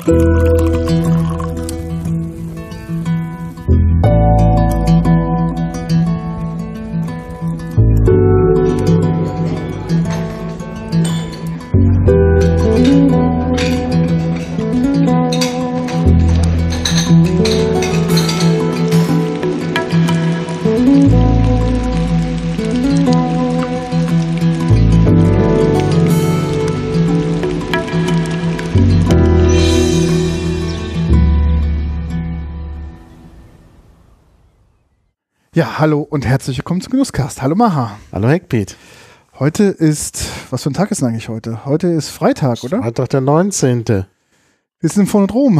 Ja, hallo und herzlich willkommen zum Genusscast. Hallo Maha. Hallo Heckpiet. Heute ist, was für ein Tag ist denn eigentlich heute? Heute ist Freitag, oder? Freitag der 19. Wir sind in Phonodrom.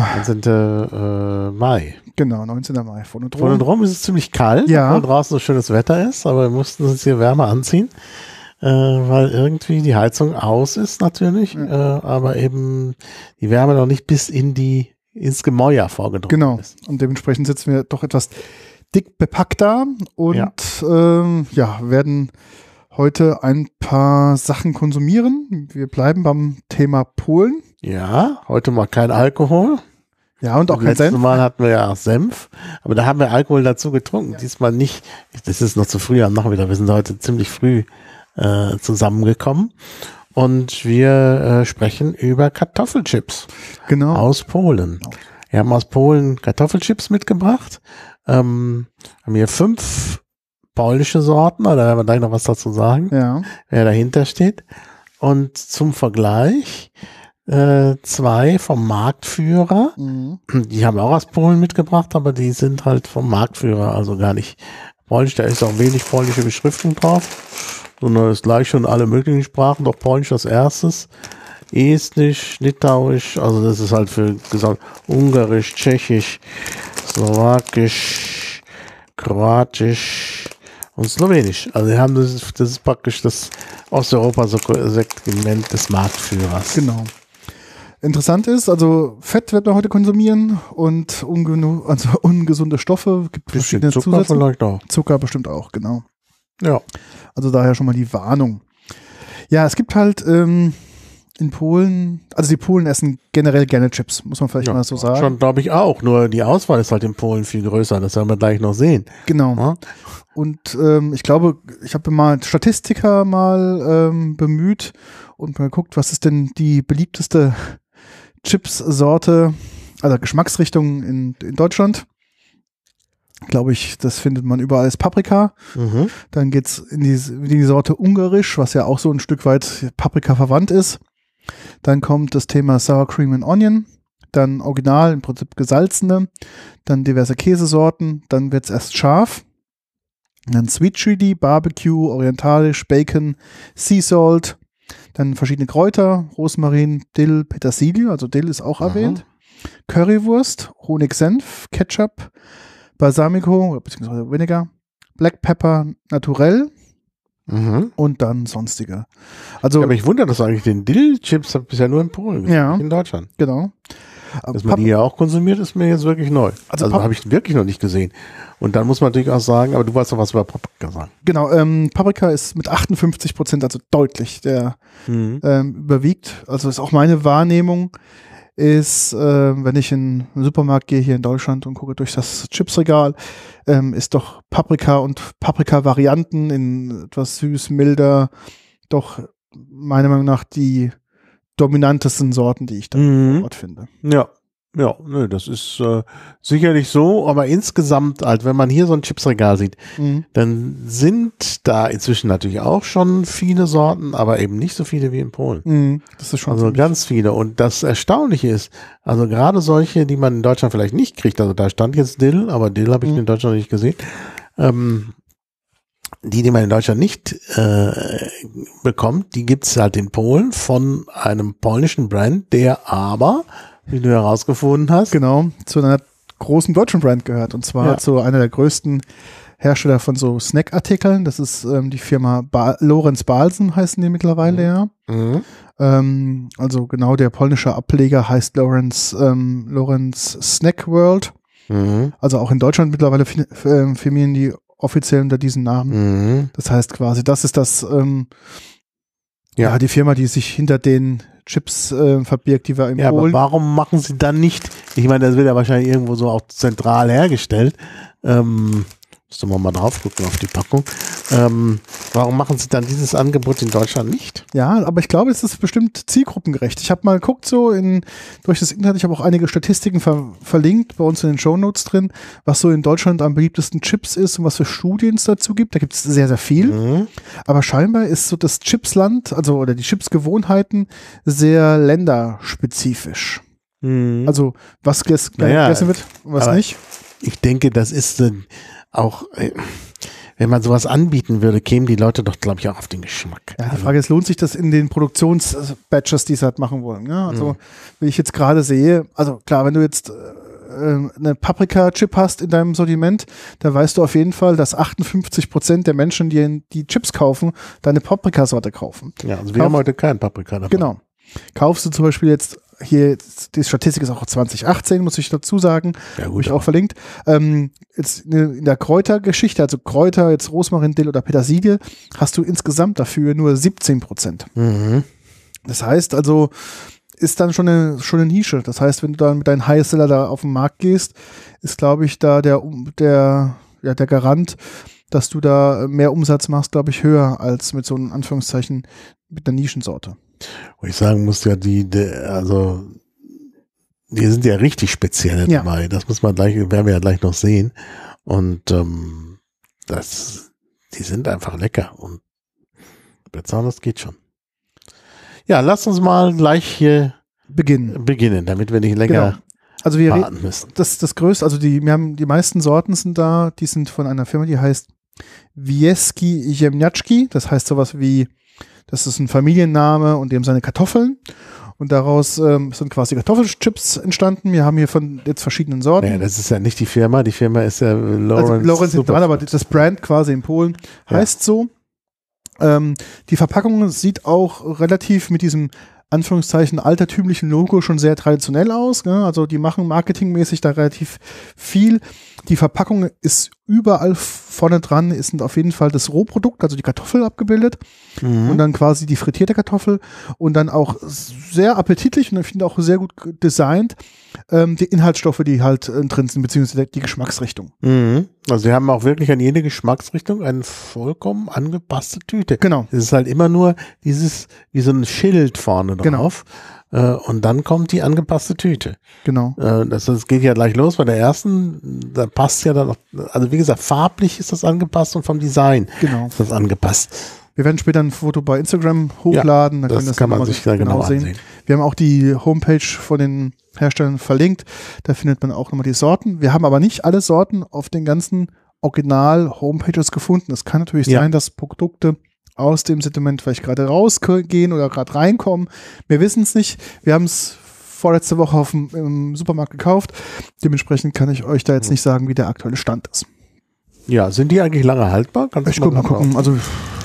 19. Mai. Genau, 19. Mai. Phonodrom. Phonodrom ist es ziemlich kalt, ja, weil draußen so schönes Wetter ist, aber wir mussten uns hier wärmer anziehen, weil irgendwie die Heizung aus ist natürlich, aber eben die Wärme noch nicht bis ins Gemäuer vorgedrungen ist. Genau, und dementsprechend sitzen wir doch etwas dick bepackt da und werden heute ein paar Sachen konsumieren. Wir bleiben beim Thema Polen. Ja, heute mal kein Alkohol. Ja, und auch kein Senf. Letztes Mal hatten wir ja auch Senf, aber da haben wir Alkohol dazu getrunken. Diesmal nicht. Das ist noch zu früh am Nachmittag. Wir sind heute ziemlich früh zusammengekommen und wir sprechen über Kartoffelchips. Genau. Aus Polen. Wir haben aus Polen Kartoffelchips mitgebracht. Haben hier 5 polnische Sorten, da werden wir gleich noch was dazu sagen, wer dahinter steht. Und zum Vergleich 2 vom Marktführer. Die haben wir auch aus Polen mitgebracht, aber die sind halt vom Marktführer, also gar nicht polnisch. Da ist auch wenig polnische Beschriftung drauf, sondern ist gleich schon alle möglichen Sprachen, doch Polnisch als erstes. Estnisch, Litauisch, also das ist halt für gesagt Ungarisch, Tschechisch, Slowakisch, Kroatisch und Slowenisch. Also wir haben das ist praktisch das Osteuropa-Segment des Marktführers. Genau. Interessant ist, also Fett wird man heute konsumieren und ungesunde Stoffe, gibt verschiedene Zucker Zusätze. Vielleicht auch. Zucker bestimmt auch, genau. Ja. Also daher schon mal die Warnung. Ja, es gibt halt in Polen, also die Polen essen generell gerne Chips, muss man vielleicht mal so sagen. Schon, glaube ich auch, nur die Auswahl ist halt in Polen viel größer, das werden wir gleich noch sehen. Genau. Ja? Und ich glaube, ich habe mal Statistiker bemüht und mal geguckt, was ist denn die beliebteste Chips-Sorte, also Geschmacksrichtung in Deutschland. Glaube ich, das findet man überall als Paprika. Dann geht's in die Sorte Ungarisch, was ja auch so ein Stück weit Paprika verwandt ist. Dann kommt das Thema Sour Cream and Onion, dann original, im Prinzip gesalzene, dann diverse Käsesorten, dann wird es erst scharf, dann Sweet Chili, Barbecue, orientalisch, Bacon, Sea Salt, dann verschiedene Kräuter, Rosmarin, Dill, Petersilie, also Dill ist auch erwähnt, Currywurst, Honig-Senf, Ketchup, Balsamico, beziehungsweise Vinegar, Black Pepper, Naturell, und dann sonstige. Also, ja, aber ich wundere, dass eigentlich den Dill-Chips bisher nur in Polen, nicht in Deutschland. Genau. Dass man die ja auch konsumiert, ist mir jetzt wirklich neu. Also habe ich wirklich noch nicht gesehen. Und dann muss man natürlich auch sagen, aber du wolltest doch was über Paprika sagen. Genau, Paprika ist mit 58%, also deutlich, der überwiegt. Also ist auch meine Wahrnehmung, ist, wenn ich in den Supermarkt gehe hier in Deutschland und gucke durch das Chipsregal, ist doch Paprika und Paprika-Varianten in etwas süß, milder, doch meiner Meinung nach die dominantesten Sorten, die ich da vor Ort finde. Ja, nö, das ist sicherlich so, aber insgesamt, halt, wenn man hier so ein Chipsregal sieht, dann sind da inzwischen natürlich auch schon viele Sorten, aber eben nicht so viele wie in Polen. Das ist schon also ganz viele. Und das Erstaunliche ist, also gerade solche, die man in Deutschland vielleicht nicht kriegt, also da stand jetzt Dill, aber Dill habe ich in Deutschland nicht gesehen, die man in Deutschland nicht bekommt, die gibt's halt in Polen von einem polnischen Brand, der aber, wie du herausgefunden hast, genau, zu einer großen deutschen Brand gehört, und zwar zu einer der größten Hersteller von so Snackartikeln. Das ist die Firma Lorenz Balsen, heißen die mittlerweile, also genau, der polnische Ableger heißt Lorenz Snack World. Also auch in Deutschland mittlerweile firmieren die offiziell unter diesen Namen. Das heißt quasi, das ist das die Firma, die sich hinter den Chips verbirgt, die wir in Polen. Aber warum machen sie dann nicht, ich meine, das wird ja wahrscheinlich irgendwo so auch zentral hergestellt, müssen wir mal drauf gucken auf die Packung. Warum machen sie dann dieses Angebot in Deutschland nicht? Ja, aber ich glaube, es ist bestimmt zielgruppengerecht. Ich habe mal geguckt so durch das Internet, ich habe auch einige Statistiken verlinkt, bei uns in den Shownotes drin, was so in Deutschland am beliebtesten Chips ist und was für Studien es dazu gibt. Da gibt es sehr, sehr viel. Mhm. Aber scheinbar ist so das Chipsland, also oder die Chipsgewohnheiten sehr länderspezifisch. Mhm. Also was gegessen wird, was nicht. Ich denke, das ist auch, wenn man sowas anbieten würde, kämen die Leute doch, glaube ich, auch auf den Geschmack. Ja, die Frage ist, lohnt sich das in den Produktionsbatches, die sie halt machen wollen? Ja? Also, wie ich jetzt gerade sehe, also klar, wenn du jetzt eine Paprika-Chip hast in deinem Sortiment, da weißt du auf jeden Fall, dass 58% der Menschen, die Chips kaufen, deine Paprikasorte kaufen. Ja, also wir haben heute keinen Paprika dabei. Genau. Kaufst du zum Beispiel hier, die Statistik ist auch 2018, muss ich dazu sagen, ja, habe ich auch verlinkt. Jetzt in der Kräutergeschichte, also Kräuter, jetzt Rosmarin, Dill oder Petersilie, hast du insgesamt dafür nur 17%. Mhm. Das heißt also, ist dann schon eine Nische. Das heißt, wenn du dann mit deinen Highseller da auf den Markt gehst, ist, glaube ich, da der Garant, dass du da mehr Umsatz machst, glaube ich, höher als mit so einem Anführungszeichen mit einer Nischensorte. Wo ich sagen muss, ja, die sind ja richtig speziell dabei. Das werden wir ja gleich noch sehen. Und die sind einfach lecker und bezahlen, das geht schon. Ja, lass uns mal gleich hier beginnen, damit wir nicht länger also warten müssen. Das Größte, also wir haben die meisten Sorten sind da, die sind von einer Firma, die heißt Wieski Ziemniaczki. Das heißt sowas wie, das ist ein Familienname und die haben seine Kartoffeln. Und daraus sind quasi Kartoffelchips entstanden. Wir haben hier von jetzt verschiedenen Sorten. Naja, das ist ja nicht die Firma. Die Firma ist ja Lawrence hinten dran, aber das Brand quasi in Polen heißt so. Die Verpackung sieht auch relativ mit diesem Anführungszeichen altertümlichen Logo schon sehr traditionell aus. Ne? Also die machen marketingmäßig da relativ viel. Die Verpackung ist überall vorne dran, ist auf jeden Fall das Rohprodukt, also die Kartoffel abgebildet und dann quasi die frittierte Kartoffel und dann auch sehr appetitlich und ich finde auch sehr gut designt die Inhaltsstoffe, die halt drin sind, beziehungsweise die Geschmacksrichtung. Mhm. Also wir haben auch wirklich an jede Geschmacksrichtung eine vollkommen angepasste Tüte. Genau. Es ist halt immer nur wie so ein Schild vorne drauf. Genau. Und dann kommt die angepasste Tüte. Genau. Das geht ja gleich los bei der ersten. Da passt ja dann noch, also wie gesagt, farblich ist das angepasst und vom Design ist das angepasst. Wir werden später ein Foto bei Instagram hochladen. Ja, dann kann man sich da genau ansehen. Wir haben auch die Homepage von den Herstellern verlinkt. Da findet man auch nochmal die Sorten. Wir haben aber nicht alle Sorten auf den ganzen Original-Homepages gefunden. Es kann natürlich sein, dass Produkte aus dem Sortiment vielleicht gerade rausgehen oder gerade reinkommen. Wir wissen es nicht. Wir haben es vorletzte Woche im Supermarkt gekauft. Dementsprechend kann ich euch da jetzt nicht sagen, wie der aktuelle Stand ist. Ja, sind die eigentlich lange haltbar? Ich mal gucken. Also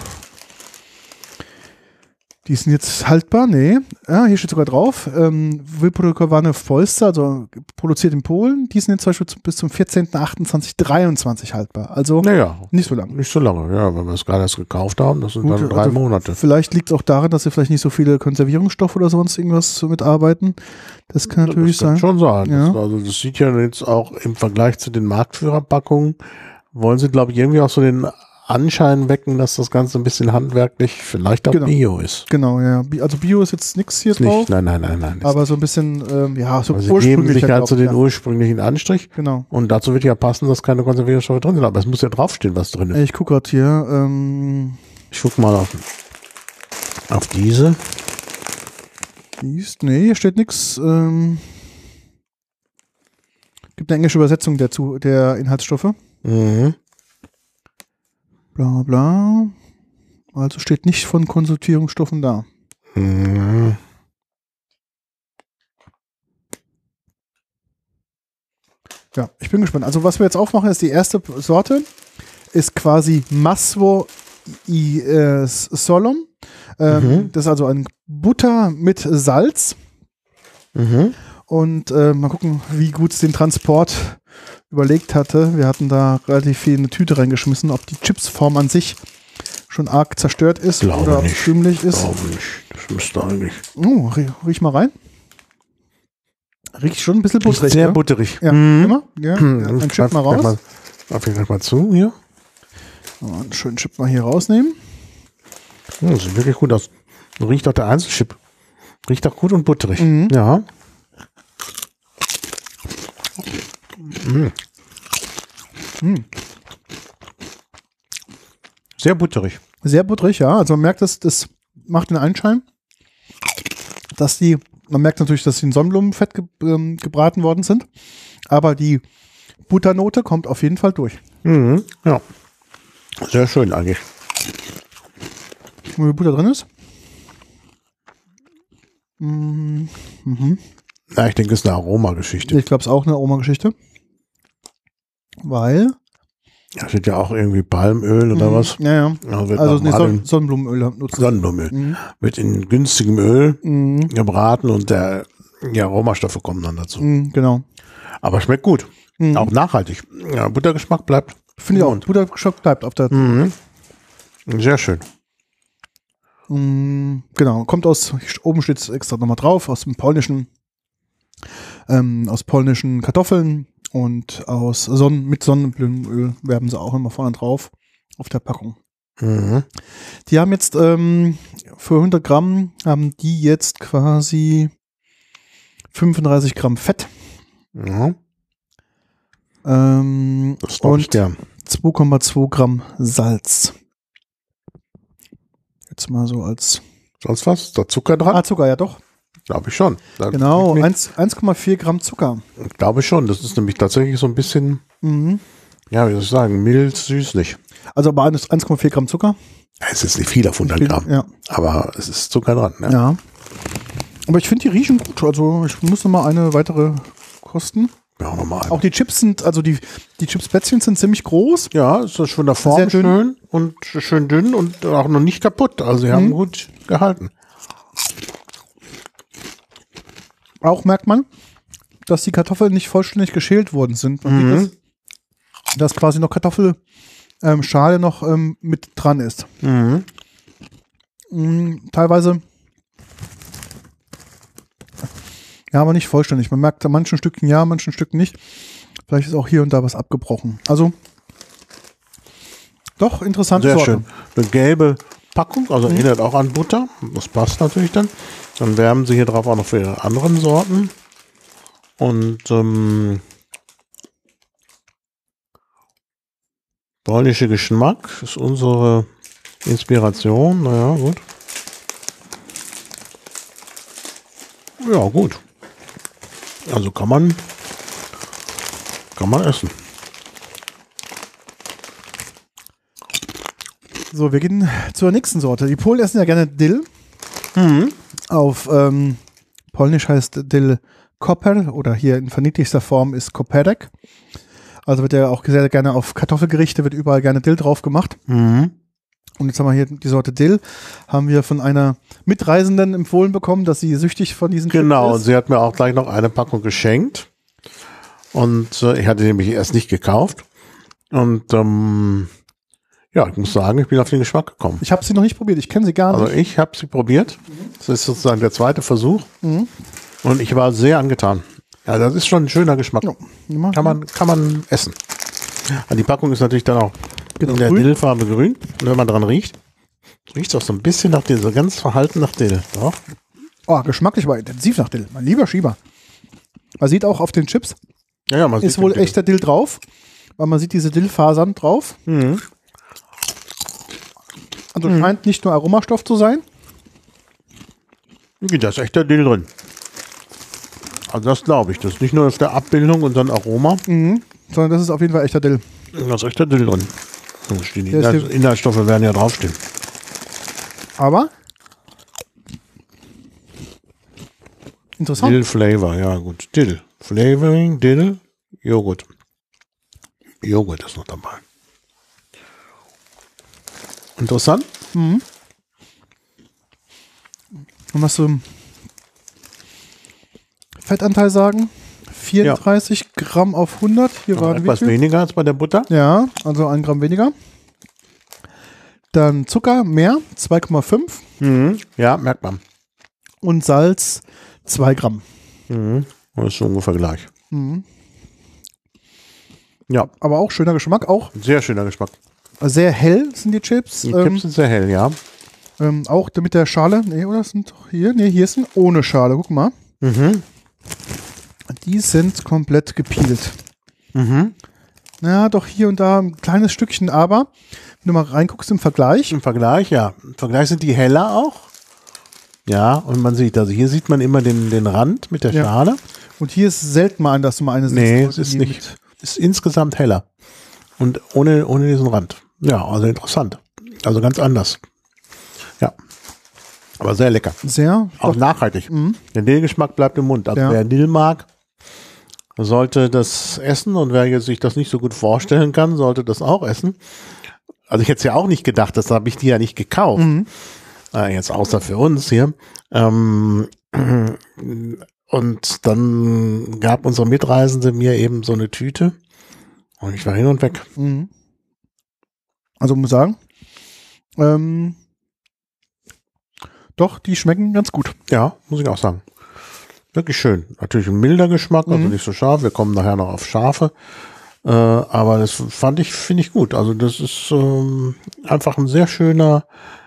die sind jetzt haltbar, nee. Ja, hier steht sogar drauf. Wyprodukowane w Polsce, also produziert in Polen. Die sind jetzt zum Beispiel bis zum 14.08.2023 haltbar. Also nicht so lange. Nicht so lange, ja. Wenn wir es gerade erst gekauft haben, das sind dann 3 Monate. Vielleicht liegt es auch daran, dass sie vielleicht nicht so viele Konservierungsstoffe oder sonst irgendwas mitarbeiten. Das kann natürlich sein. Das kann schon sein. Ja. Das sieht ja jetzt auch im Vergleich zu den Marktführerpackungen, wollen sie, glaube ich, irgendwie auch so den Anschein wecken, dass das Ganze ein bisschen handwerklich vielleicht auch Bio ist. Genau, ja. Also Bio ist jetzt nichts hier drauf. Nein. Aber so ein bisschen, so also sie geben sich halt so den ursprünglichen Anstrich. Genau. Und dazu wird ja passen, dass keine Konservierungsstoffe drin sind. Aber es muss ja draufstehen, was drin ist. Ich gucke gerade hier. Ich gucke mal auf diese. Nee, hier steht nichts. Gibt eine englische Übersetzung der Inhaltsstoffe. Mhm. Bla bla. Also steht nicht von Konservierungsstoffen da. Mhm. Ja, ich bin gespannt. Also was wir jetzt aufmachen, ist die erste Sorte. Ist quasi Masło i solą. Das ist also ein Butter mit Salz. Mhm. Und mal gucken, wie gut es den Transport überlegt hatte. Wir hatten da relativ viel in eine Tüte reingeschmissen, ob die Chipsform an sich schon arg zerstört ist oder ob es schwimmelig ist. müsste eigentlich. Oh, riech mal rein. Riecht schon ein bisschen butterig. Sehr butterig. Ja, immer. Ja, ein Chip mal raus. Darf ich gleich mal zu hier? Einen schönen Chip mal hier rausnehmen. Das sieht wirklich gut aus. Riecht auch der Einzelchip. Riecht auch gut und butterig. Ja. Sehr butterig. Sehr butterig, ja. Also man merkt, das macht den Anschein, man merkt natürlich, dass sie in Sonnenblumenfett gebraten worden sind, aber die Butternote kommt auf jeden Fall durch. Ja. Sehr schön eigentlich. Wie viel Butter drin ist? Ja, ich denke, es ist eine Aromageschichte. Ich glaube, es ist auch eine Aromageschichte. Weil? Da steht ja auch irgendwie Palmöl oder was. Ja. Also Sonnenblumenöl nutzen. Sonnenblumenöl. Wird in günstigem Öl gebraten und die Aromastoffe kommen dann dazu. Genau. Aber schmeckt gut. Auch nachhaltig. Ja, Buttergeschmack bleibt. Finde ich auch. Buttergeschmack bleibt auf der. Sehr schön. Genau. Kommt oben steht es extra nochmal drauf, aus polnischen Kartoffeln. Und mit Sonnenblumenöl werben sie auch immer vorne drauf auf der Packung. Die haben jetzt für 100 Gramm haben die jetzt quasi 35 Gramm Fett. Ja. Das und 2,2 Gramm Salz. Jetzt mal so als. Sonst was? Ist da Zucker dran? Zucker, ja doch. Glaube ich schon. Genau, 1,4 Gramm Zucker. Glaube ich schon. Das ist nämlich tatsächlich so ein bisschen, ja, wie soll ich sagen, mild, süßlich. Also aber 1,4 Gramm Zucker. Es ist nicht viel auf 100 Gramm, ja. Aber es ist Zucker dran. Ne? Ja. Aber ich finde, die riechen gut. Also ich muss noch mal eine weitere kosten. Ja, nochmal eine. Auch die Chips sind, also die Chips-Plätzchen sind ziemlich groß. Ja, ist das von der Form schön und schön dünn und auch noch nicht kaputt. Also sie haben gut gehalten. Auch merkt man, dass die Kartoffeln nicht vollständig geschält worden sind. Man sieht, dass quasi noch Kartoffelschale noch mit dran ist. Teilweise ja, aber nicht vollständig. Man merkt an manchen Stücken ja, an manchen Stücken nicht. Vielleicht ist auch hier und da was abgebrochen. Also doch interessante Sehr Sorte. schön. Eine gelbe Packung, also erinnert auch an Butter. Das passt natürlich dann. Dann werben sie hier drauf auch noch für ihre anderen Sorten. Und polnische Geschmack ist unsere Inspiration. Naja, gut. Ja, gut. Also kann man essen. So, wir gehen zur nächsten Sorte. Die Polen essen ja gerne Dill. Auf Polnisch heißt Dill Koper oder hier in verniedlichster Form ist Koperek. Also wird ja auch sehr gerne auf Kartoffelgerichte, wird überall gerne Dill drauf gemacht. Und jetzt haben wir hier die Sorte Dill. Haben wir von einer Mitreisenden empfohlen bekommen, dass sie süchtig von diesen Chips Genau, ist. und sie hat mir auch gleich noch eine Packung geschenkt. Und ich hatte nämlich erst nicht gekauft. Und ja, ich muss sagen, ich bin auf den Geschmack gekommen. Ich habe sie noch nicht probiert, ich kenne sie gar nicht. Also ich habe sie probiert. Das ist sozusagen der zweite Versuch. Und ich war sehr angetan. Ja, das ist schon ein schöner Geschmack. Ja. Kann man essen. Ja, die Packung ist natürlich dann auch in der grün. Dillfarbe grün. Und wenn man dran riecht es auch so ein bisschen nach Dill, so ganz verhalten nach Dill. Doch. Oh, geschmacklich war intensiv nach Dill. Mein lieber Schieber. Man sieht auch auf den Chips, Ja, man ist sieht wohl den Dill. echter Dill drauf, weil man sieht diese Dillfasern drauf. Also scheint nicht nur Aromastoff zu sein. Da ist echter Dill drin. Also das glaube ich. Das ist nicht nur auf der Abbildung und dann Aroma. Sondern das ist auf jeden Fall echter Dill. Da ist echter Dill drin. Die Der ist Inhaltsstoffe werden ja draufstehen. Aber interessant. Dill Flavor, ja gut. Dill. Flavoring, Dill, Joghurt. Joghurt ist noch dabei. Interessant. Und was zum Fettanteil sagen? 34 Gramm auf 100. Hier waren Etwas weniger als bei der Butter. Ja, also 1 Gramm weniger. Dann Zucker mehr, 2,5. Ja, merkt man. und Salz 2 Gramm. Das ist so ungefähr gleich. Ja. Aber auch schöner Geschmack, auch. Sehr schöner Geschmack. Sehr hell sind die Chips. Die Chips sind sehr hell, ja. Auch mit der Schale. Nee, oder sind doch hier? Nee, hier sind ohne Schale. Guck mal. Die sind komplett gepielt. Ja, doch hier und da ein kleines Stückchen, aber wenn du mal reinguckst im Vergleich. Im Vergleich, ja. Im Vergleich sind die heller auch. Ja, und man sieht, also hier sieht man immer den Rand mit der Schale. Und hier ist selten mal, dass du mal eine siehst. Nee, es ist nicht. Ist insgesamt heller. Und ohne diesen Rand. Ja, also interessant. Also ganz anders. Ja. Aber sehr lecker. Sehr. Auch nachhaltig. Der Dillgeschmack bleibt im Mund. Also wer Dill mag, sollte das essen. Und wer jetzt sich das nicht so gut vorstellen kann, sollte das auch essen. Also ich hätte es ja auch nicht gedacht, das habe ich die ja nicht gekauft. Jetzt außer für uns hier. Und dann gab unsere Mitreisende mir eben so eine Tüte. Und ich war hin und weg. Also muss sagen, doch, die schmecken ganz gut. Ja, muss ich auch sagen. Wirklich schön. Natürlich ein milder Geschmack, also nicht so scharf. Wir kommen nachher noch auf scharfe. Aber das finde ich gut. Also das ist einfach ein sehr schöner,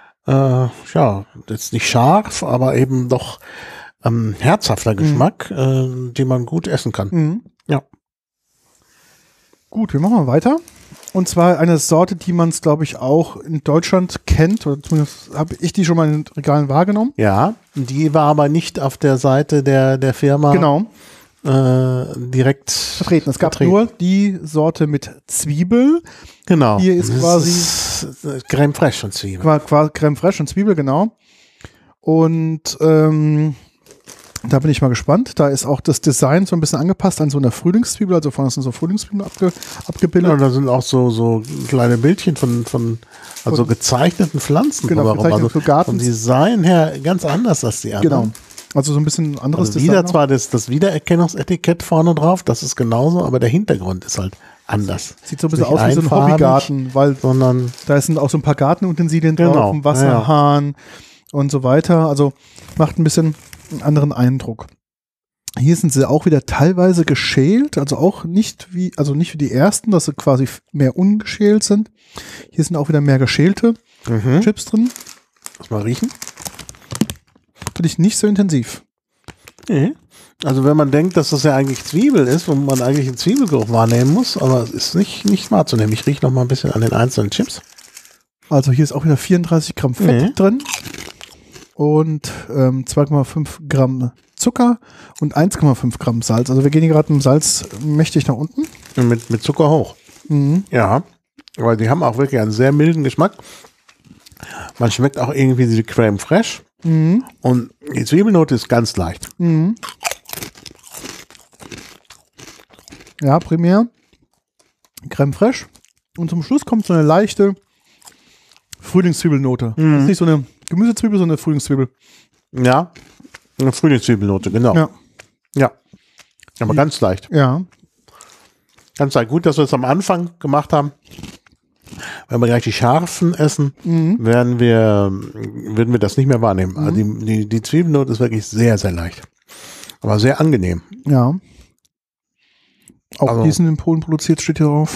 jetzt nicht scharf, aber eben doch herzhafter Geschmack, den man gut essen kann. Ja. Gut, wir machen mal weiter. Und zwar eine Sorte, die man es, glaube ich, auch in Deutschland kennt, oder zumindest habe ich die schon mal in den Regalen wahrgenommen. Ja, die war aber nicht auf der Seite der Firma direkt vertreten. Es gab nur die Sorte mit Zwiebel. Genau. Hier ist quasi Crème Fraiche und Zwiebel. Crème Fraiche und Zwiebel, genau. Und da bin ich mal gespannt. Da ist auch das Design so ein bisschen angepasst an so einer Frühlingszwiebel, also vorne sind so Frühlingszwiebeln abgebildet. Ja, da sind auch so kleine Bildchen von gezeichneten Pflanzen. Genau, also vom Design her ganz anders als die anderen. Genau. Also so ein bisschen anderes Design. Wieder zwar das Wiedererkennungsetikett vorne drauf, das ist genauso, aber der Hintergrund ist halt anders. Sieht so ein bisschen aus wie so ein Hobbygarten, weil da sind auch so ein paar Gartenutensilien drauf, ein Wasserhahn und so weiter. Also macht ein bisschen einen anderen Eindruck. Hier sind sie auch wieder teilweise geschält, also auch nicht wie die ersten, dass sie quasi mehr ungeschält sind. Hier sind auch wieder mehr geschälte Chips drin. Lass mal riechen. Finde ich nicht so intensiv. Also wenn man denkt, dass das ja eigentlich Zwiebel ist, wo man eigentlich einen Zwiebelgeruch wahrnehmen muss, aber es ist nicht wahrzunehmen. Ich rieche noch mal ein bisschen an den einzelnen Chips. Also hier ist auch wieder 34 Gramm Fett drin und 2,5 Gramm Zucker und 1,5 Gramm Salz. Also wir gehen hier gerade mit dem Salz mächtig nach unten. Mit Zucker hoch. Ja, aber die haben auch wirklich einen sehr milden Geschmack. Man schmeckt auch irgendwie diese Crème Fraiche. Und die Zwiebelnote ist ganz leicht. Ja, primär Crème Fraiche. Und zum Schluss kommt so eine leichte Frühlingszwiebelnote. Das ist nicht so eine Gemüsezwiebel, sondern eine Frühlingszwiebel. Ja, eine Frühlingszwiebelnote, genau. Ja. Aber ganz leicht. Ja. Ganz leicht. Gut, dass wir es am Anfang gemacht haben. Wenn wir gleich die scharfen essen, würden wir das nicht mehr wahrnehmen. Also die Zwiebelnote ist wirklich sehr, sehr leicht. Aber sehr angenehm. Ja. Auch die sind in Polen produziert, steht hier drauf.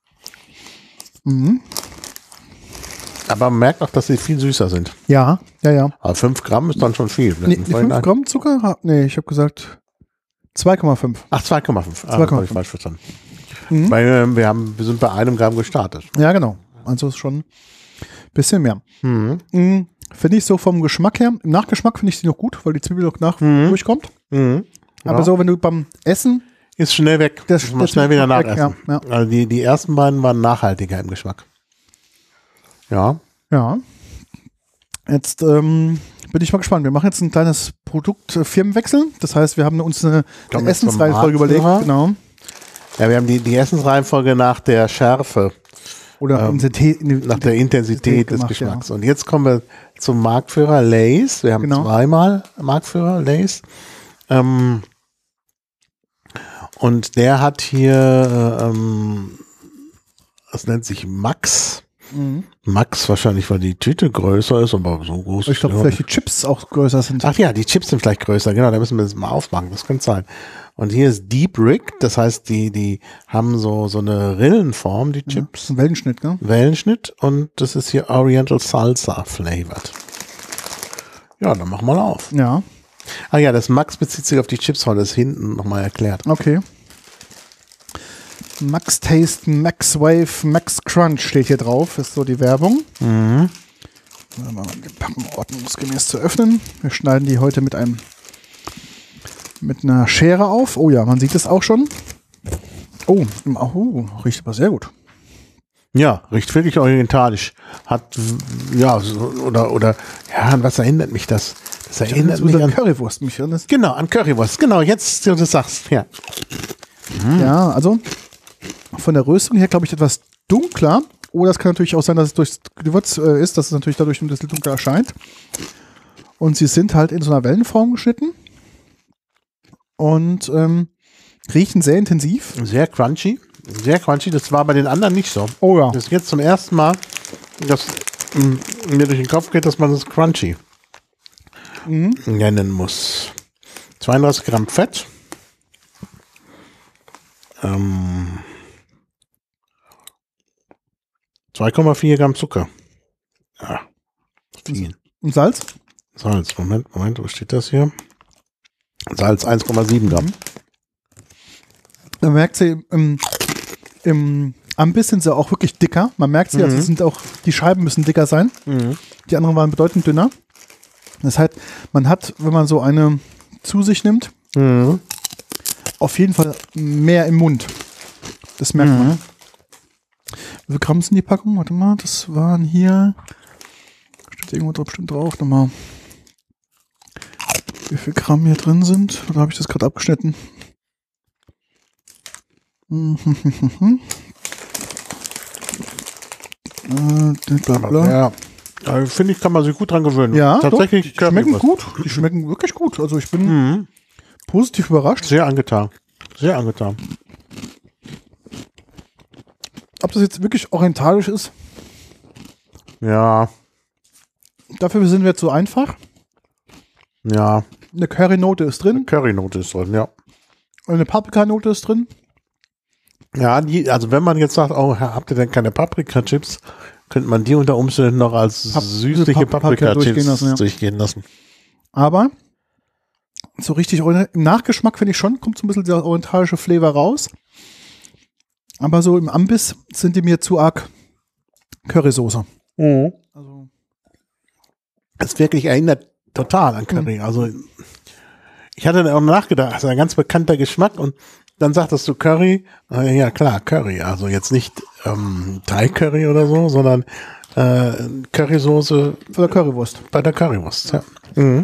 Aber man merkt auch, dass sie viel süßer sind. Ja. Aber 5 Gramm ist dann schon viel. Nee, 5 Gramm Zucker? Nee, ich habe gesagt 2,5. Ach, 2,5. Das habe ich falsch verstanden. Weil wir sind bei 1 Gramm gestartet. Ja, genau. Also ist schon ein bisschen mehr. Finde ich so vom Geschmack her, im Nachgeschmack finde ich sie noch gut, weil die Zwiebel noch durchkommt. Aber so, wenn du beim Essen ist schnell weg. Das muss schnell wieder nachessen. Ja. Also die ersten beiden waren nachhaltiger im Geschmack. Ja. Ja. Jetzt bin ich mal gespannt. Wir machen jetzt ein kleines Produktfirmenwechsel. Das heißt, wir haben uns eine Essensreihenfolge überlegt. Genau. Ja, wir haben die Essensreihenfolge nach der Schärfe. Oder nach der Intensität des Geschmacks. Ja. Und jetzt kommen wir zum Marktführer Lay's. Wir haben zweimal Marktführer Lay's. Und der hat hier, das nennt sich Max. Max wahrscheinlich, weil die Tüte größer ist, aber so groß. Ich glaube, vielleicht die Chips auch größer sind. Ach ja, die Chips sind vielleicht größer, genau, da müssen wir das mal aufmachen, das könnte sein. Und hier ist Deep Rig, das heißt, die haben so eine Rillenform, die Chips. Ja, ein Wellenschnitt, ne? Wellenschnitt, und das ist hier Oriental Salsa flavored. Ja, dann machen wir mal auf. Ja. Ah ja, das Max bezieht sich auf die Chips, weil das hinten nochmal erklärt. Okay. Max Taste, Max Wave, Max Crunch steht hier drauf, ist so die Werbung. Mhm. Mal die Packung ordnungsgemäß zu öffnen. Wir schneiden die heute mit einer Schere auf. Oh ja, man sieht es auch schon. Oh, riecht aber sehr gut. Ja, riecht wirklich orientalisch. Hat, ja, oder, ja, an was erinnert mich das? Das erinnert mich an Currywurst. Genau, an Currywurst. Genau, jetzt, du das sagst, ja. Ja, also von der Röstung her, glaube ich, etwas dunkler. Oder es kann natürlich auch sein, dass es durch Gewürz ist, dass es natürlich dadurch ein bisschen dunkler erscheint. Und sie sind halt in so einer Wellenform geschnitten. Und riechen sehr intensiv. Sehr crunchy. Sehr crunchy. Das war bei den anderen nicht so. Oh ja. Das ist jetzt zum ersten Mal, dass mir durch den Kopf geht, dass man das crunchy nennen muss. 32 Gramm Fett. 2,4 Gramm Zucker. Ja. Viel. Und Salz? Salz. Moment, wo steht das hier? Salz 1,7 Gramm. Man merkt sie im Ambiss sind sie auch wirklich dicker. Man merkt sie, also sind auch, die Scheiben müssen dicker sein. Die anderen waren bedeutend dünner. Das heißt, man hat, wenn man so eine zu sich nimmt, auf jeden Fall mehr im Mund. Das merkt man. Wie viel Gramm sind die Packung? Warte mal, das waren hier. Steht irgendwo bestimmt drauf. Nochmal. Wie viel Gramm hier drin sind? Oder habe ich das gerade abgeschnitten? Ja, finde ich, kann man sich gut dran gewöhnen. Ja, tatsächlich. Doch, die schmecken gut. Die schmecken wirklich gut. Also ich bin positiv überrascht. Sehr angetan. Sehr angetan. Ob das jetzt wirklich orientalisch ist? Ja. Dafür sind wir zu einfach. Ja. Eine Curry-Note ist drin. Eine Curry-Note ist drin, ja. Und eine Paprika-Note ist drin. Ja, also wenn man jetzt sagt, oh, habt ihr denn keine Paprika-Chips, könnte man die unter Umständen noch als süßliche Paprika-Chips durchgehen lassen. Aber so richtig im Nachgeschmack finde ich schon, kommt so ein bisschen der orientalische Flavor raus. Aber so im Ambiss sind die mir zu arg Currysoße. Also es wirklich erinnert total an Curry. Also ich hatte dann auch nachgedacht, das ist ein ganz bekannter Geschmack, und dann sagtest du Curry. Ja klar, Curry. Also jetzt nicht Thai-Curry oder so, sondern Currysoße. Bei der Currywurst. Bei der Currywurst, ja.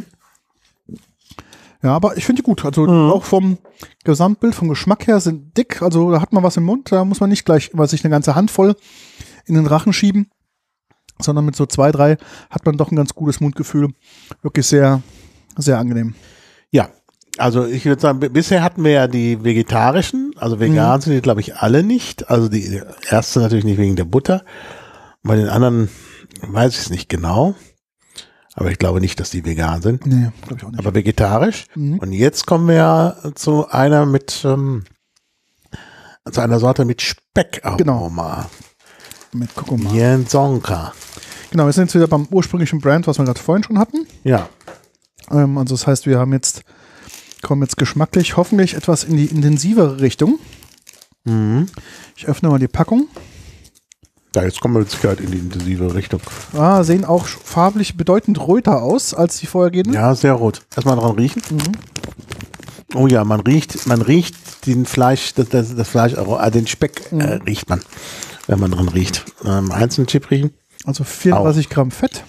Ja, aber ich finde die gut. Also auch vom Gesamtbild, vom Geschmack her sind dick. Also da hat man was im Mund. Da muss man nicht gleich immer sich eine ganze Handvoll in den Rachen schieben, sondern mit so 2, 3 hat man doch ein ganz gutes Mundgefühl. Wirklich sehr, sehr angenehm. Ja, also ich würde sagen, bisher hatten wir ja die vegetarischen, also vegan sind die, glaube ich, alle nicht. Also die erste natürlich nicht wegen der Butter. Bei den anderen weiß ich es nicht genau. Aber ich glaube nicht, dass die vegan sind. Nee, glaube ich auch nicht. Aber vegetarisch. Und jetzt kommen wir ja zu einer zu einer Sorte mit Speckaroma. Genau. Mit Kurkuma. Jensonka. Genau, wir sind jetzt wieder beim ursprünglichen Brand, was wir gerade vorhin schon hatten. Ja. Also das heißt, wir kommen jetzt geschmacklich hoffentlich etwas in die intensivere Richtung. Ich öffne mal die Packung. Ja, jetzt kommen wir mit Sicherheit in die intensive Richtung. Sehen auch farblich bedeutend röter aus als die vorhergehenden. Ja, sehr rot. Erstmal dran riechen. Oh ja, man riecht den Fleisch, das Fleisch, den Speck riecht man, wenn man dran riecht. Einzelnen Chip riechen. Also 34 Gramm Fett,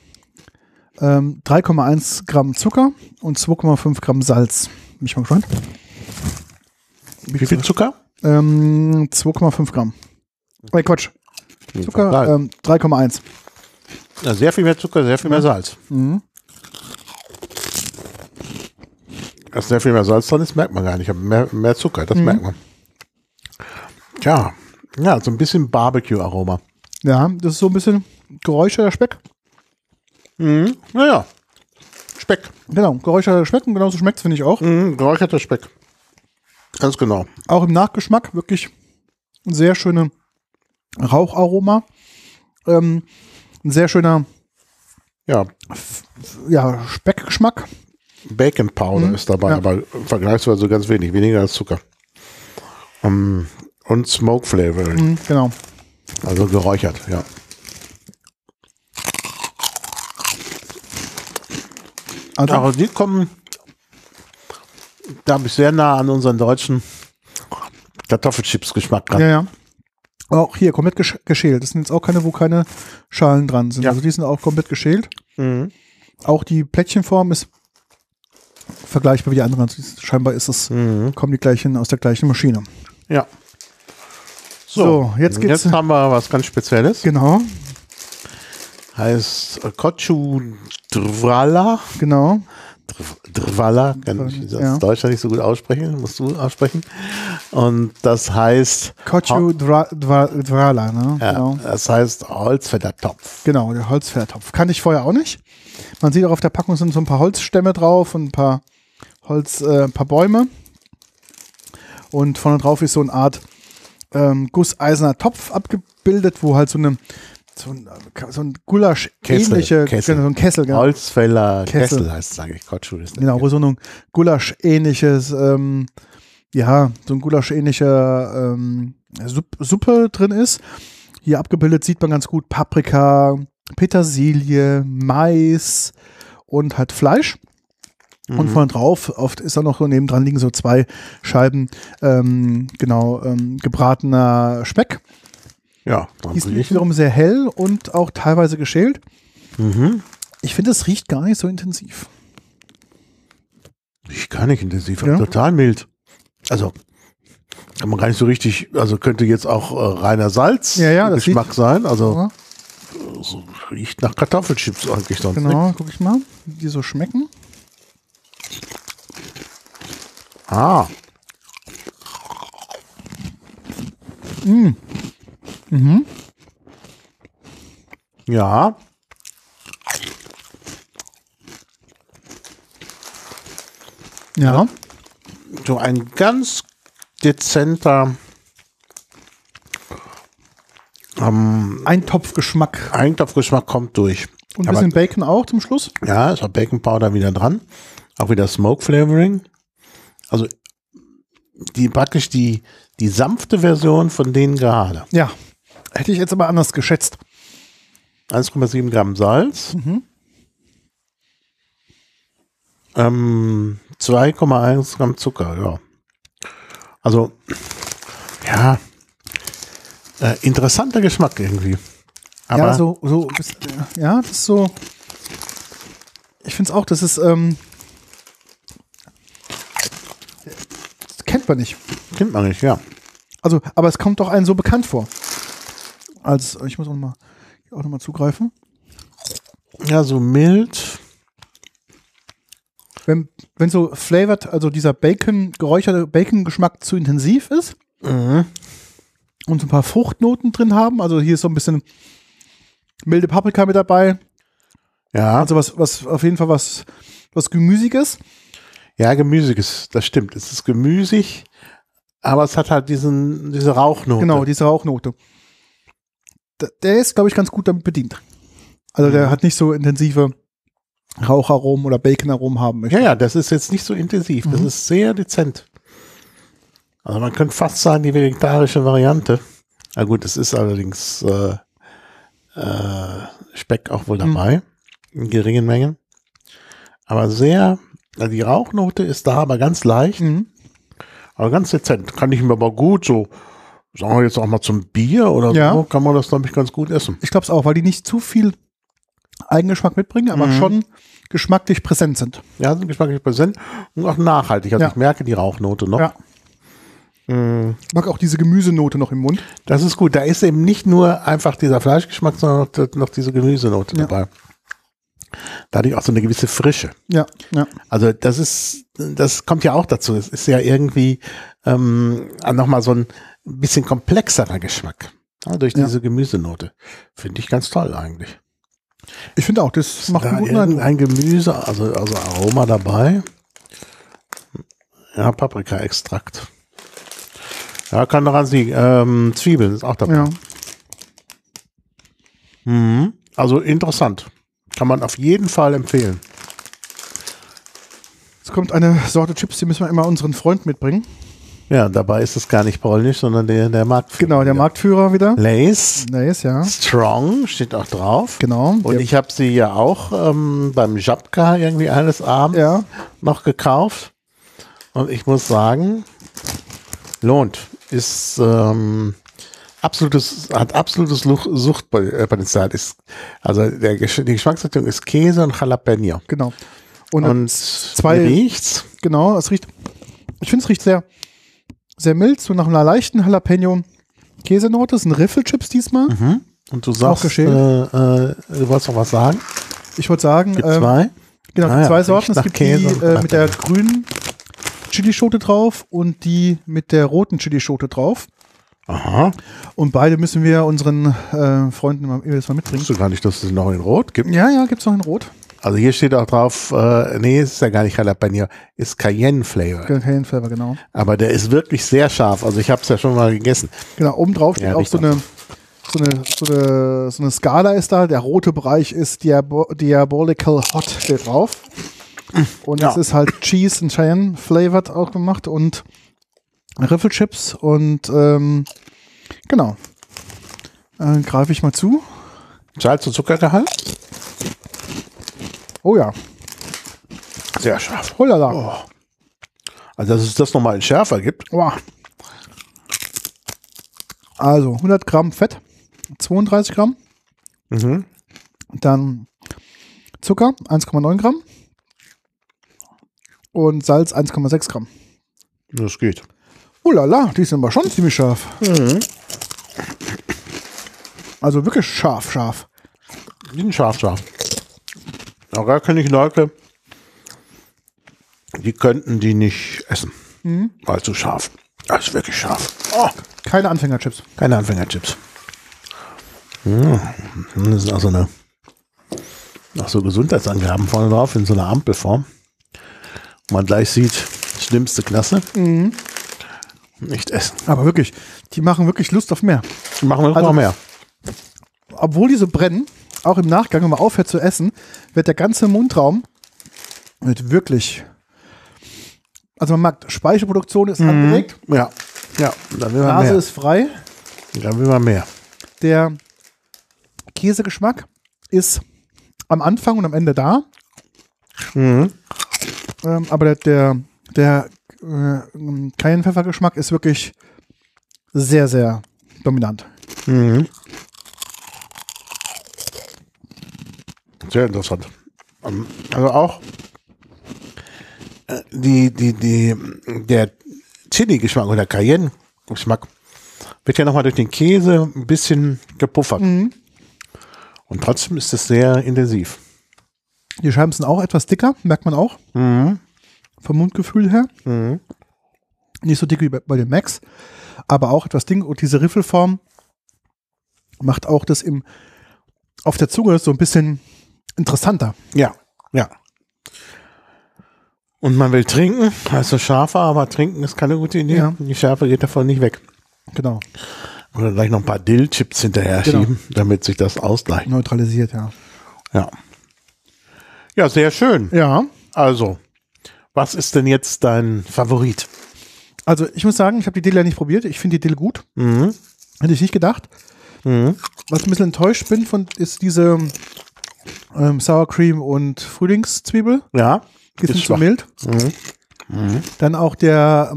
3,1 Gramm Zucker und 2,5 Gramm Salz. Bin ich mal gespannt. Wie viel Zucker? 2,5 Gramm. Quatsch. Zucker 3,1. Ja, sehr viel mehr Zucker, sehr viel mehr Salz. Dass sehr viel mehr Salz dran ist, merkt man gar nicht. Aber mehr Zucker, das merkt man. Tja, ja, so ein bisschen Barbecue-Aroma. Ja, das ist so ein bisschen geräucherter Speck. Naja, Speck. Genau, geräucherter Speck und genauso schmeckt es, finde ich auch. Geräucherter Speck. Ganz genau. Auch im Nachgeschmack wirklich ein sehr schöner Raucharoma. Ein sehr schöner Speckgeschmack. Bacon Powder ist dabei, aber vergleichsweise ganz wenig, weniger als Zucker. Und Smoke Flavor. Genau. Also geräuchert, ja. Also, aber die kommen, da habe ich sehr nah an unseren deutschen Kartoffelchips-Geschmack dran. Ja. Auch hier komplett geschält. Das sind jetzt auch keine, wo keine Schalen dran sind. Ja. Also die sind auch komplett geschält. Auch die Plättchenform ist vergleichbar wie die anderen. Scheinbar ist es, kommen die gleichen aus der gleichen Maschine. Ja. So, jetzt haben wir was ganz Spezielles. Genau. Heißt Kochu Drvala. Genau. Drvala, kann ich das Deutscher nicht so gut aussprechen, musst du aussprechen. Und das heißt Kochu Drvala, ne? Ja, genau. Das heißt Holzfällertopf. Genau, der Holzfällertopf. Kannte ich vorher auch nicht. Man sieht auch auf der Packung sind so ein paar Holzstämme drauf und ein paar Bäume. Und vorne drauf ist so eine Art gusseiserner Topf abgebildet, wo halt so ein Gulasch-ähnliche, so ein Kessel, genau. Holzfäller Kessel heißt es eigentlich. Genau, wo so ein Gulasch-ähnliches, so ein Gulasch-ähnlicher Suppe drin ist. Hier abgebildet sieht man ganz gut Paprika, Petersilie, Mais und halt Fleisch. Und vorne drauf, oft ist da noch so nebendran liegen so 2 Scheiben, gebratener Speck. Ja, die ist wiederum sehr hell und auch teilweise geschält. Ich finde, es riecht gar nicht so intensiv. Riecht gar nicht intensiv, total mild. Also, kann man gar nicht so richtig, also könnte jetzt auch reiner Salz-Geschmack sein. Also, so riecht nach Kartoffelchips eigentlich sonst. Genau, guck ich mal, wie die so schmecken. Ja. Ja. So ein ganz dezenter Eintopfgeschmack. Eintopfgeschmack kommt durch. Und ein bisschen Bacon auch zum Schluss? Ja, ist auch Bacon Powder wieder dran. Auch wieder Smoke Flavoring. Also praktisch die sanfte Version von denen gerade. Ja, hätte ich jetzt aber anders geschätzt. 1,7 Gramm Salz. 2,1 Gramm Zucker, ja. Also, ja, interessanter Geschmack irgendwie. Aber ja, das ist so, ich finde es auch, das ist, das kennt man nicht. Kennt man nicht, ja. Also, aber es kommt doch einem so bekannt vor. Ich muss auch nochmal zugreifen. Ja, so mild. Wenn so flavored, also dieser geräucherte Bacon-Geschmack zu intensiv ist und so ein paar Fruchtnoten drin haben, also hier ist so ein bisschen milde Paprika mit dabei. Ja. Also was auf jeden Fall was Gemüsiges. Ja, Gemüsiges, das stimmt. Es ist gemüsig, aber es hat halt diese Rauchnote. Genau, diese Rauchnote. Der ist, glaube ich, ganz gut damit bedient. Also der hat nicht so intensive Raucharomen oder Baconaromen haben möchte. Ja, das ist jetzt nicht so intensiv. Das ist sehr dezent. Also man könnte fast sagen, die vegetarische Variante. Na gut, es ist allerdings Speck auch wohl dabei. In geringen Mengen. Aber die Rauchnote ist da, aber ganz leicht. Aber ganz dezent. Kann ich mir aber gut so, sagen wir jetzt auch mal zum Bier oder so, kann man das, glaube ich, ganz gut essen. Ich glaube es auch, weil die nicht zu viel Eigengeschmack mitbringen, aber schon geschmacklich präsent sind. Ja, sind geschmacklich präsent und auch nachhaltig. Also ich merke die Rauchnote noch. Ja. Ich mag auch diese Gemüsenote noch im Mund. Das ist gut. Da ist eben nicht nur einfach dieser Fleischgeschmack, sondern noch diese Gemüsenote dabei. Da hatte ich auch so eine gewisse Frische. Ja. Also das kommt ja auch dazu. Es ist ja irgendwie nochmal so ein bisschen komplexerer Geschmack. Ja, durch diese Gemüsenote. Finde ich ganz toll eigentlich. Ich finde auch, das macht einen guten Eindruck. Ein Gemüse, also Aroma dabei. Ja, Paprika-Extrakt. Ja, kann daran liegen. Zwiebeln ist auch dabei. Ja. Mhm. Also interessant. Kann man auf jeden Fall empfehlen. Es kommt eine Sorte Chips, die müssen wir immer unseren Freund mitbringen. Ja, dabei ist es gar nicht polnisch, sondern der Marktführer. Genau, der Marktführer wieder. Lay's. Lay's, ja. Strong steht auch drauf. Genau. Und ich habe sie ja auch beim Żabka irgendwie eines Abends noch gekauft. Und ich muss sagen, lohnt. Ist hat absolutes Suchtpotenzial. Also die Geschmacksrichtung ist Käse und Jalapeno. Genau. Und zwei riecht's? Genau, ich finde es riecht sehr, sehr mild, so nach einer leichten Jalapeno-Käsenote. Das sind Riffelchips diesmal. Mhm. Und du sagst, du wolltest noch was sagen? Ich wollte sagen, gibt zwei? Genau, zwei Sorten. Es gibt Käse die mit der grünen Chilischote drauf und die mit der roten Chilischote drauf. Aha. Und beide müssen wir unseren Freunden mal mitbringen. Wusstest du gar nicht, dass es noch in Rot gibt? Ja, gibt es noch in Rot. Also hier steht auch drauf, nee, es ist ja gar nicht Jalapeno, ist Cayenne-Flavor. Cayenne-Flavor, genau. Aber der ist wirklich sehr scharf. Also ich habe es ja schon mal gegessen. Genau, obendrauf steht auch so eine Skala ist da. Der rote Bereich ist Diabolical Hot, steht drauf. Und es ist halt Cheese und Cayenne flavored auch gemacht und Riffelchips und genau. Greife ich mal zu. Salz- und Zuckergehalt? Oh ja. Sehr scharf. Holala. Oh. Also dass es das nochmal in schärfer gibt. Oh. Also 100 Gramm Fett, 32 Gramm. Mhm. Dann Zucker, 1,9 Gramm. Und Salz, 1,6 Gramm. Das geht. Oh la la, die sind aber schon ziemlich scharf. Mhm. Also wirklich scharf. Die sind scharf. Aber gar keine Leute, die könnten die nicht essen. Mhm. Weil zu scharf. Das ist wirklich scharf. Oh. Keine Anfängerchips. Keine Anfängerchips. Ja. Das ist also noch so Gesundheitsangaben vorne drauf in so einer Ampelform. Wo man gleich sieht, schlimmste Klasse. Mhm. Nicht essen. Aber wirklich, die machen wirklich Lust auf mehr. Machen wir noch mehr. Obwohl die so brennen, auch im Nachgang, wenn man aufhört zu essen, wird der ganze Mundraum wirklich. Also man merkt, Speichelproduktion ist angeregt. Ja. Dann will man Nase mehr. ist frei. Dann will man mehr. Der Käsegeschmack ist am Anfang und am Ende da. Mhm. Aber der Cayenne-Pfeffer-Geschmack ist wirklich sehr, sehr dominant. Mhm. Sehr interessant. Also auch der Chili-Geschmack oder Cayenne-Geschmack wird ja nochmal durch den Käse ein bisschen gepuffert. Mhm. Und trotzdem ist es sehr intensiv. Die Scheiben sind auch etwas dicker, merkt man auch. Mhm. Vom Mundgefühl her. Mhm. Nicht so dick wie bei den Macs, aber auch etwas dick. Und diese Riffelform macht auch das auf der Zunge so ein bisschen interessanter. Ja. Und man will trinken, also scharfer, aber trinken ist keine gute Idee. Ja. Die Schärfe geht davon nicht weg. Genau. Oder gleich noch ein paar Dill-Chips hinterher schieben, damit sich das ausgleicht. Neutralisiert, ja. Ja, sehr schön. Ja. Also, was ist denn jetzt dein Favorit? Also ich muss sagen, ich habe die Dill ja nicht probiert. Ich finde die Dill gut. Mhm. Hätte ich nicht gedacht. Mhm. Was ich ein bisschen enttäuscht bin ist diese Sour Cream und Frühlingszwiebel. Ja. Die sind zu mild. Mhm. Mhm. Dann auch der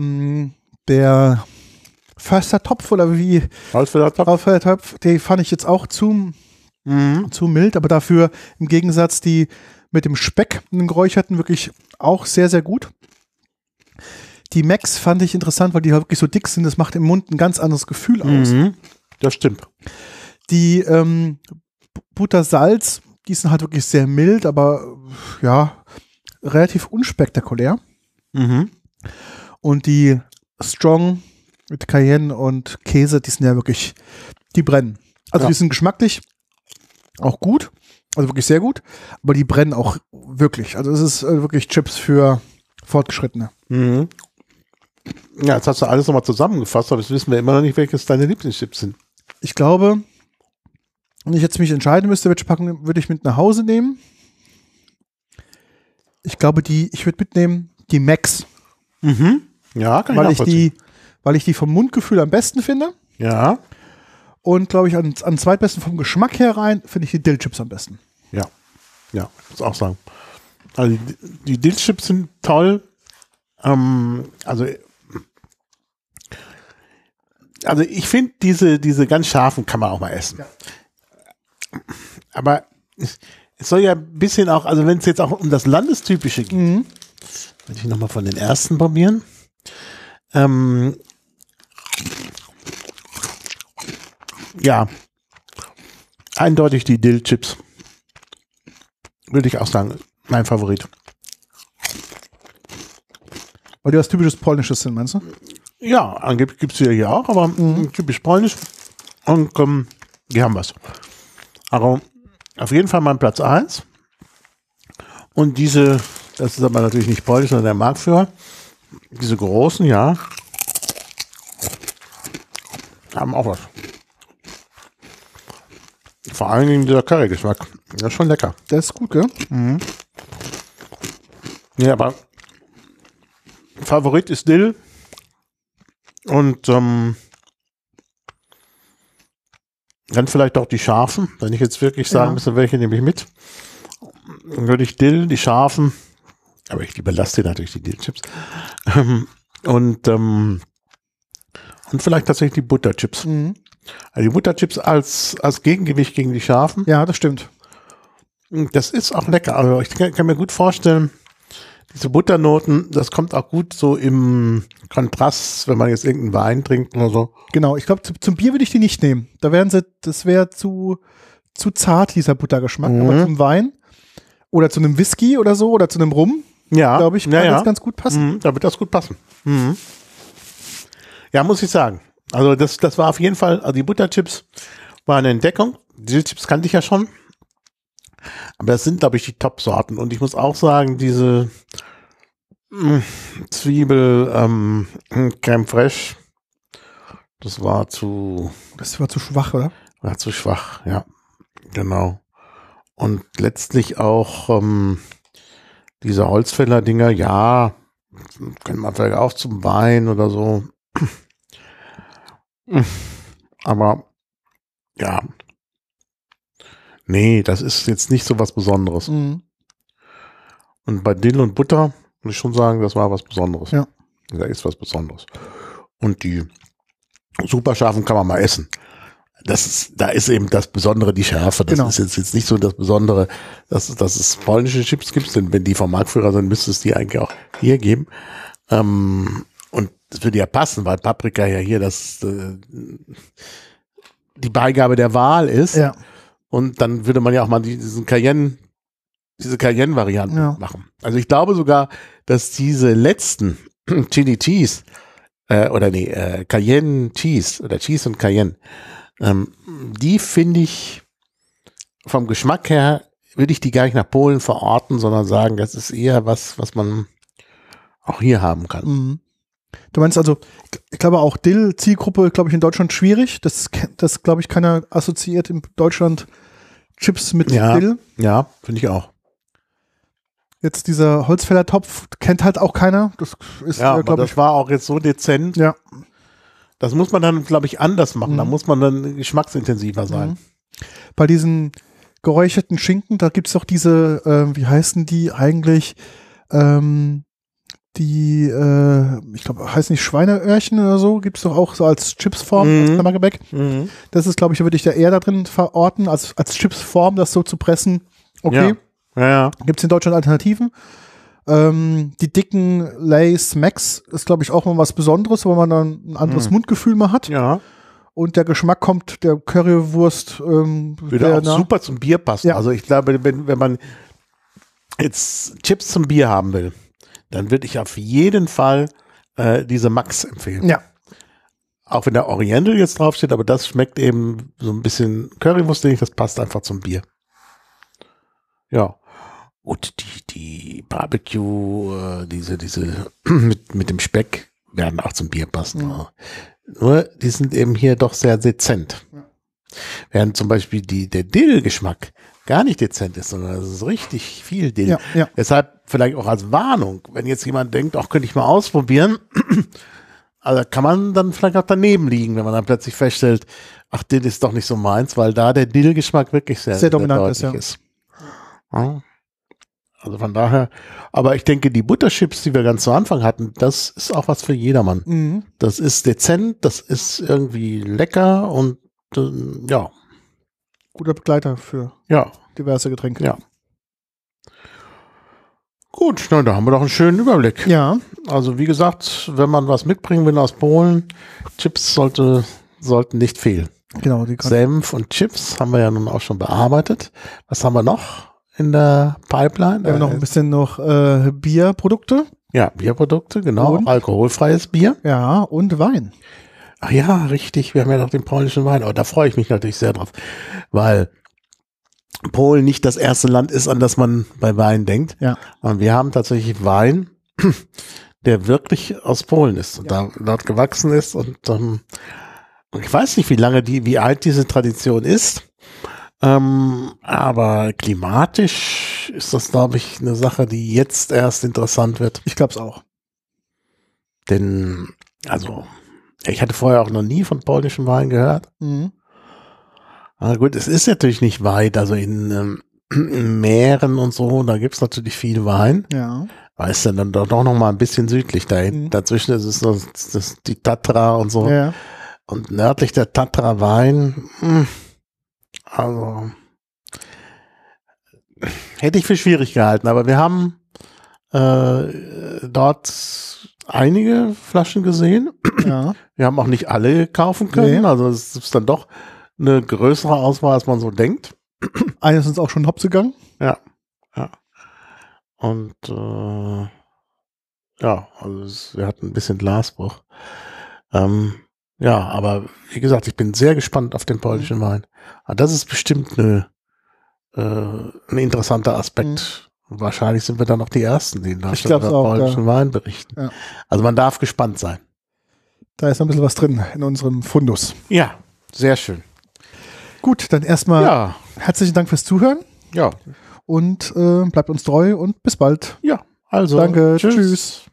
Förstertopf oder wie? Ausfeldertopf. Den fand ich jetzt auch zu mild, aber dafür im Gegensatz die mit dem Speck, den geräucherten, wirklich auch sehr, sehr gut. Die Macs fand ich interessant, weil die halt wirklich so dick sind. Das macht im Mund ein ganz anderes Gefühl aus. Mhm. Das stimmt. Die Buttersalz, die sind halt wirklich sehr mild, aber ja, relativ unspektakulär. Mhm. Und die Strong mit Cayenne und Käse, die sind ja wirklich Die brennen. Also die sind geschmacklich auch gut, also wirklich sehr gut, aber die brennen auch wirklich. Also es ist wirklich Chips für Fortgeschrittene. Mhm. Ja, jetzt hast du alles nochmal zusammengefasst, aber jetzt wissen wir immer noch nicht, welches deine Lieblingschips sind. Ich glaube, wenn ich jetzt mich entscheiden müsste, welche Packung würde ich mit nach Hause nehmen? Ich glaube, ich würde mitnehmen die Max. Mhm. Ja, kann ich nachvollziehen. Weil ich die vom Mundgefühl am besten finde. Ja. Und glaube ich, an zweitbesten vom Geschmack her rein, finde ich die Dill-Chips am besten. Ja. Ja, muss auch sagen. Also die Dill-Chips sind toll. Also ich finde, diese ganz scharfen kann man auch mal essen. Ja. Aber es soll ja ein bisschen auch, also wenn es jetzt auch um das Landestypische geht, würde ich nochmal von den ersten probieren. Ja, eindeutig die Dill-Chips. Würde ich auch sagen, mein Favorit. Weil die was typisches Polnisches sind, meinst du? Ja, angeblich gibt es die ja hier auch, aber typisch polnisch. Und die haben was. Also auf jeden Fall mein Platz 1. Und das ist aber natürlich nicht polnisch, sondern der Marktführer. Diese großen, ja, haben auch was. Vor allen Dingen dieser Curry-Geschmack. Das ist schon lecker. Der ist gut, gell? Mhm. Ja, aber Favorit ist Dill. Und dann vielleicht auch die scharfen. Wenn ich jetzt wirklich sagen müsste, welche nehme ich mit, dann würde ich Dill, die scharfen, aber ich überlasse dir natürlich die Dill-Chips. Und vielleicht tatsächlich die Butterchips. Mhm. Also die Butterchips als Gegengewicht gegen die scharfen. Ja, das stimmt. Das ist auch lecker. Also ich kann mir gut vorstellen, diese Butternoten, das kommt auch gut so im Kontrast, wenn man jetzt irgendeinen Wein trinkt oder so. Genau, ich glaube, zum Bier würde ich die nicht nehmen. Das wäre zu zart, dieser Buttergeschmack. Aber zum Wein oder zu einem Whisky oder so oder zu einem Rum, glaube ich, kann das ganz gut passen. Da wird das gut passen. Mhm. Ja, muss ich sagen. Also das war auf jeden Fall, also die Butterchips waren eine Entdeckung. Die Chips kannte ich ja schon. Aber das sind, glaube ich, die Top-Sorten. Und ich muss auch sagen, diese Zwiebel, Crème Fraiche, das war zu schwach, oder? War zu schwach, ja. Genau. Und letztlich auch diese Holzfäller-Dinger, ja, können man vielleicht auch zum Wein oder so. Aber ja, nee, das ist jetzt nicht so was Besonderes. Mhm. Und bei Dill und Butter muss ich schon sagen, das war was Besonderes. Ja. Da ist was Besonderes. Und die super scharfen kann man mal essen. Da ist eben das Besondere die Schärfe. Das ist jetzt nicht so das Besondere, dass es polnische Chips gibt, denn wenn die vom Marktführer sind, müsste es die eigentlich auch hier geben. Und das würde ja passen, weil Paprika ja hier die Beigabe der Wahl ist. Ja. Und dann würde man ja auch mal diese Cayenne-Variante machen. Also ich glaube sogar, dass diese letzten Chili Cheese Cayenne Cheese oder Cheese und Cayenne, die finde ich vom Geschmack her, würde ich die gar nicht nach Polen verorten, sondern sagen, das ist eher was man auch hier haben kann. Mhm. Du meinst also, ich glaube auch Dill-Zielgruppe, glaube ich, in Deutschland schwierig. Das glaube ich, keiner assoziiert in Deutschland Chips mit Dill. Ja, finde ich auch. Jetzt dieser Holzfällertopf kennt halt auch keiner. Das ist, glaube ich, war auch jetzt so dezent. Ja. Das muss man dann, glaube ich, anders machen. Da muss man dann geschmacksintensiver sein. Bei diesen geräucherten Schinken, da gibt es doch diese, wie heißen die eigentlich? Ich glaube, heißt nicht Schweineöhrchen oder so, gibt es doch auch so als Chipsform, als Klammergebäck. Mhm. Das ist, glaube ich, würde ich da eher da drin verorten, als Chipsform, das so zu pressen. Okay. Ja. Gibt es in Deutschland Alternativen? Die dicken Lay's Max ist, glaube ich, auch mal was Besonderes, weil man dann ein anderes Mundgefühl mal hat. Ja. Und der Geschmack kommt, der Currywurst würde auch super zum Bier passen. Ja. Also ich glaube, wenn man jetzt Chips zum Bier haben will, dann würde ich auf jeden Fall diese Max empfehlen. Ja. Auch wenn der Oriental jetzt draufsteht, aber das schmeckt eben so ein bisschen Currywurst, das passt einfach zum Bier. Ja. Und die Barbecue, diese mit dem Speck werden auch zum Bier passen. Ja. Nur, die sind eben hier doch sehr dezent. Ja. Während zum Beispiel der Dill-Geschmack gar nicht dezent ist, sondern es ist richtig viel Dill. Ja. Deshalb vielleicht auch als Warnung, wenn jetzt jemand denkt, auch könnte ich mal ausprobieren, also kann man dann vielleicht auch daneben liegen, wenn man dann plötzlich feststellt, ach, Dill ist doch nicht so meins, weil da der Dill-Geschmack wirklich sehr dominant ist. Ja. Also von daher, aber ich denke, die Butterchips, die wir ganz zu Anfang hatten, das ist auch was für jedermann. Mhm. Das ist dezent, das ist irgendwie lecker und ja. Guter Begleiter für diverse Getränke. Ja. Gut, na, da haben wir doch einen schönen Überblick. Ja. Also wie gesagt, wenn man was mitbringen will aus Polen, Chips sollten nicht fehlen. Genau. Senf und Chips haben wir ja nun auch schon bearbeitet. Was haben wir noch in der Pipeline? Wir haben noch ein bisschen Bierprodukte. Ja, Bierprodukte, genau. Und alkoholfreies Bier. Ja, und Wein. Ach ja, richtig. Wir haben ja noch den polnischen Wein. Aber da freue ich mich natürlich sehr drauf, weil Polen nicht das erste Land ist, an das man bei Wein denkt. Ja. Und wir haben tatsächlich Wein, der wirklich aus Polen ist und dort gewachsen ist. Und ich weiß nicht, wie alt diese Tradition ist. Aber klimatisch ist das, glaube ich, eine Sache, die jetzt erst interessant wird. Ich glaube es auch. Denn, also, ich hatte vorher auch noch nie von polnischem Wein gehört. Mhm. Aber gut, es ist natürlich nicht weit, also in Mähren und so, da gibt's natürlich viel Wein. Ja. Aber ist dann doch noch mal ein bisschen südlich dahin. Dazwischen ist es die Tatra und so. Ja. Und nördlich der Tatra Wein, also hätte ich für schwierig gehalten, aber wir haben dort einige Flaschen gesehen. Ja. Wir haben auch nicht alle kaufen können, nee. Also es ist dann doch eine größere Auswahl, als man so denkt. Eines ist auch schon hops gegangen. Ja. Und also wir hatten ein bisschen Glasbruch. Aber wie gesagt, ich bin sehr gespannt auf den polnischen Wein. Aber das ist bestimmt ein interessanter Aspekt. Wahrscheinlich sind wir dann noch die Ersten, die nach dem polnischen Wein berichten. Ja. Also man darf gespannt sein. Da ist noch ein bisschen was drin in unserem Fundus. Ja, sehr schön. Gut, dann erstmal herzlichen Dank fürs Zuhören. Ja. Und bleibt uns treu und bis bald. Ja, also. Danke, tschüss.